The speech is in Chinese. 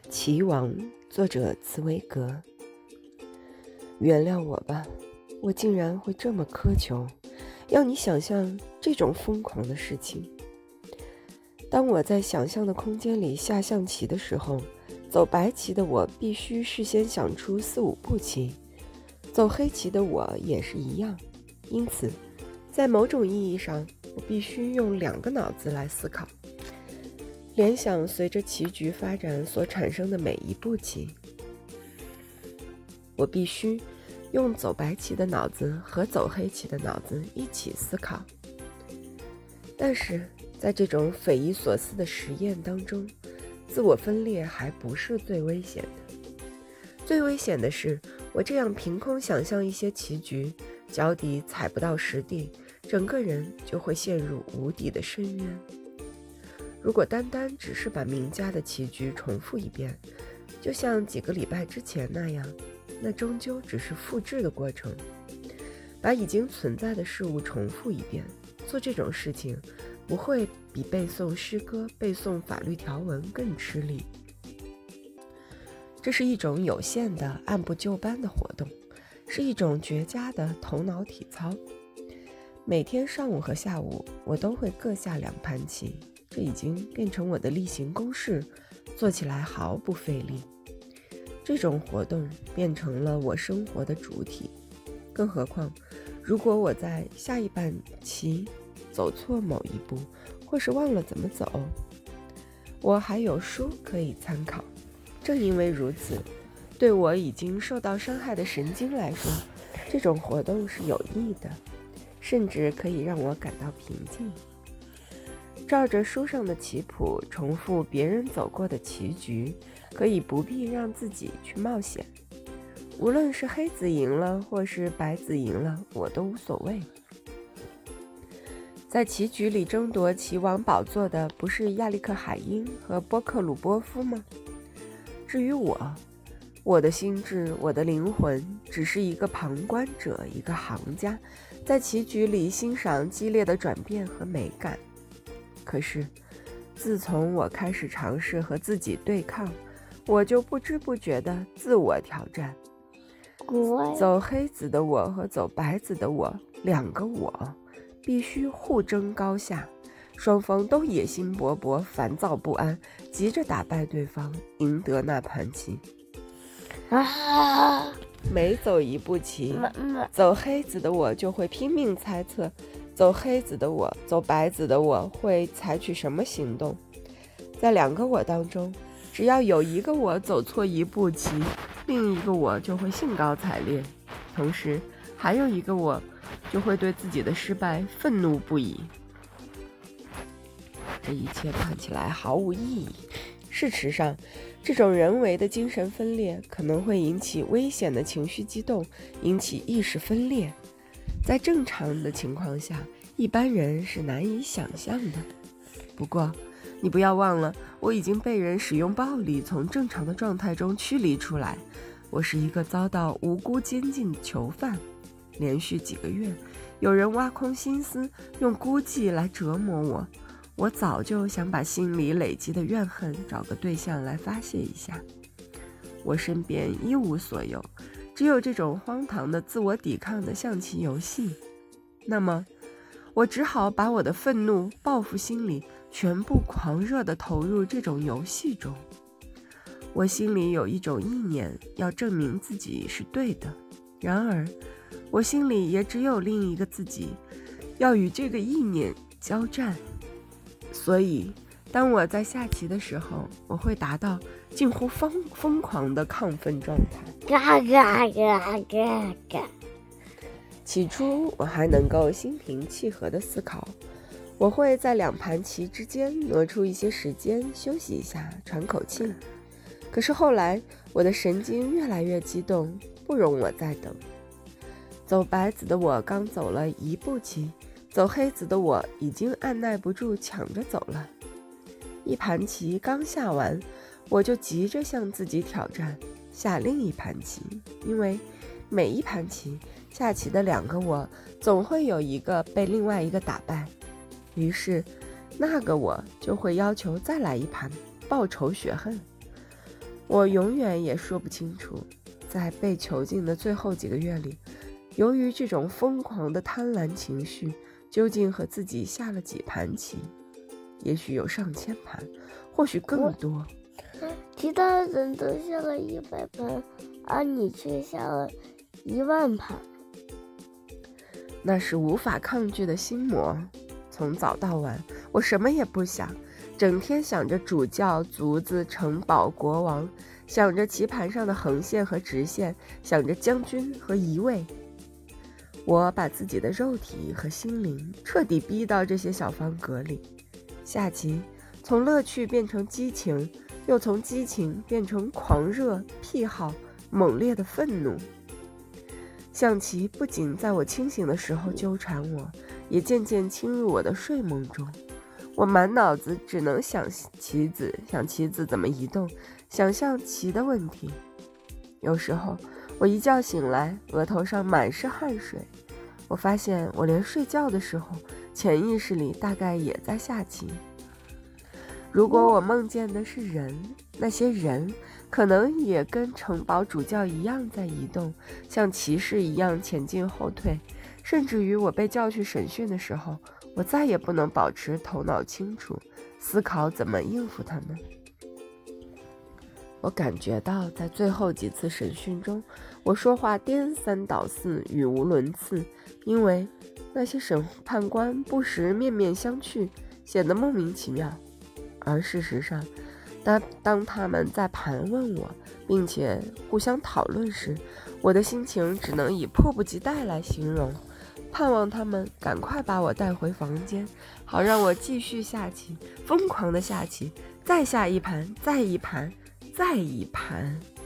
棋王，作者茨威格。原谅我吧，我竟然会这么苛求，要你想象这种疯狂的事情。当我在想象的空间里下象棋的时候，走白棋的我必须事先想出4、5步棋，走黑棋的我也是一样。因此，在某种意义上，我必须用2个脑子来思考，联想随着棋局发展所产生的每一步棋。我必须用走白棋的脑子和走黑棋的脑子一起思考。但是在这种匪夷所思的实验当中，自我分裂还不是最危险的。最危险的是，我这样凭空想象一些棋局，脚底踩不到实地，整个人就会陷入无底的深渊。如果单单只是把名家的棋局重复一遍，就像几个礼拜之前那样，那终究只是复制的过程。把已经存在的事物重复一遍，做这种事情不会比背诵诗歌、背诵法律条文更吃力。这是一种有限的按部就班的活动，是一种绝佳的头脑体操。每天上午和下午，我都会各下2盘棋，这已经变成我的例行公事，做起来毫不费力。这种活动变成了我生活的主体。更何况，如果我在下一盘棋走错某一步，或是忘了怎么走，我还有书可以参考。正因为如此，对我已经受到伤害的神经来说，这种活动是有益的，甚至可以让我感到平静。照着书上的棋谱重复别人走过的棋局，可以不必让自己去冒险。无论是黑子赢了或是白子赢了，我都无所谓。在棋局里争夺棋王宝座的不是亚历克海因和波克鲁波夫吗？至于我的心智，我的灵魂，只是一个旁观者，一个行家，在棋局里欣赏激烈的转变和美感。可是，自从我开始尝试和自己对抗，我就不知不觉地自我挑战。走黑子的我和走白子的我，2个我，必须互争高下，双方都野心勃勃，烦躁不安，急着打败对方，赢得那盘棋。每走一步棋，走黑子的我就会拼命猜测，走黑子的我，走白子的我会采取什么行动。在2个我当中，只要有一个我走错一步棋，另一个我就会兴高采烈，同时还有一个我就会对自己的失败愤怒不已。这一切看起来毫无意义。事实上，这种人为的精神分裂可能会引起危险的情绪激动，引起意识分裂。在正常的情况下，一般人是难以想象的。不过，你不要忘了，我已经被人使用暴力从正常的状态中驱离出来。我是一个遭到无辜监禁的囚犯。连续几个月，有人挖空心思用孤寂来折磨我。我早就想把心里累积的怨恨找个对象来发泄一下。我身边一无所有，只有这种荒唐的自我抵抗的象棋游戏。那么，我只好把我的愤怒、报复心理全部狂热地投入这种游戏中。我心里有一种意念，要证明自己是对的。然而，我心里也只有另一个自己，要与这个意念交战。所以，当我在下棋的时候，我会达到近乎疯狂的亢奋状态。起初，我还能够心平气和地思考，我会在2盘棋之间挪出一些时间休息一下，喘口气。可是后来，我的神经越来越激动，不容我再等。走白子的我刚走了1步棋，走黑子的我已经按耐不住抢着走了。1盘棋刚下完，我就急着向自己挑战，下另一盘棋，因为每一盘棋下棋的2个我总会有一个被另外一个打败，于是那个我就会要求再来一盘，报仇雪恨。 我永远也说不清楚，在被囚禁的最后几个月里，由于这种疯狂的贪婪情绪，究竟和自己下了几盘棋。也许有上千盘，或许更多。 其他人都下了100盘，而你却下了10000盘。 那是无法抗拒的心魔。从早到晚，我什么也不想，整天想着主教、卒子、城堡、国王，想着棋盘上的横线和直线，想着将军和移位。我把自己的肉体和心灵彻底逼到这些小方格里。下棋从乐趣变成激情，又从激情变成狂热、癖好、猛烈的愤怒。象棋不仅在我清醒的时候纠缠我，也渐渐侵入我的睡梦中。我满脑子只能想棋子怎么移动，想象棋的问题。有时候我一觉醒来，额头上满是汗水。我发现我连睡觉的时候，潜意识里大概也在下棋。如果我梦见的是人，那些人可能也跟城堡主教一样在移动，像骑士一样前进后退，甚至于我被叫去审讯的时候，我再也不能保持头脑清楚，思考怎么应付他们。我感觉到在最后几次审讯中，我说话颠三倒四，语无伦次，因为那些审判官不时面面相觑，显得莫名其妙。而事实上，当他们在盘问我，并且互相讨论时，我的心情只能以迫不及待来形容，盼望他们赶快把我带回房间，好让我继续下棋，疯狂的下棋，再下一盘，再一盘，再一盘。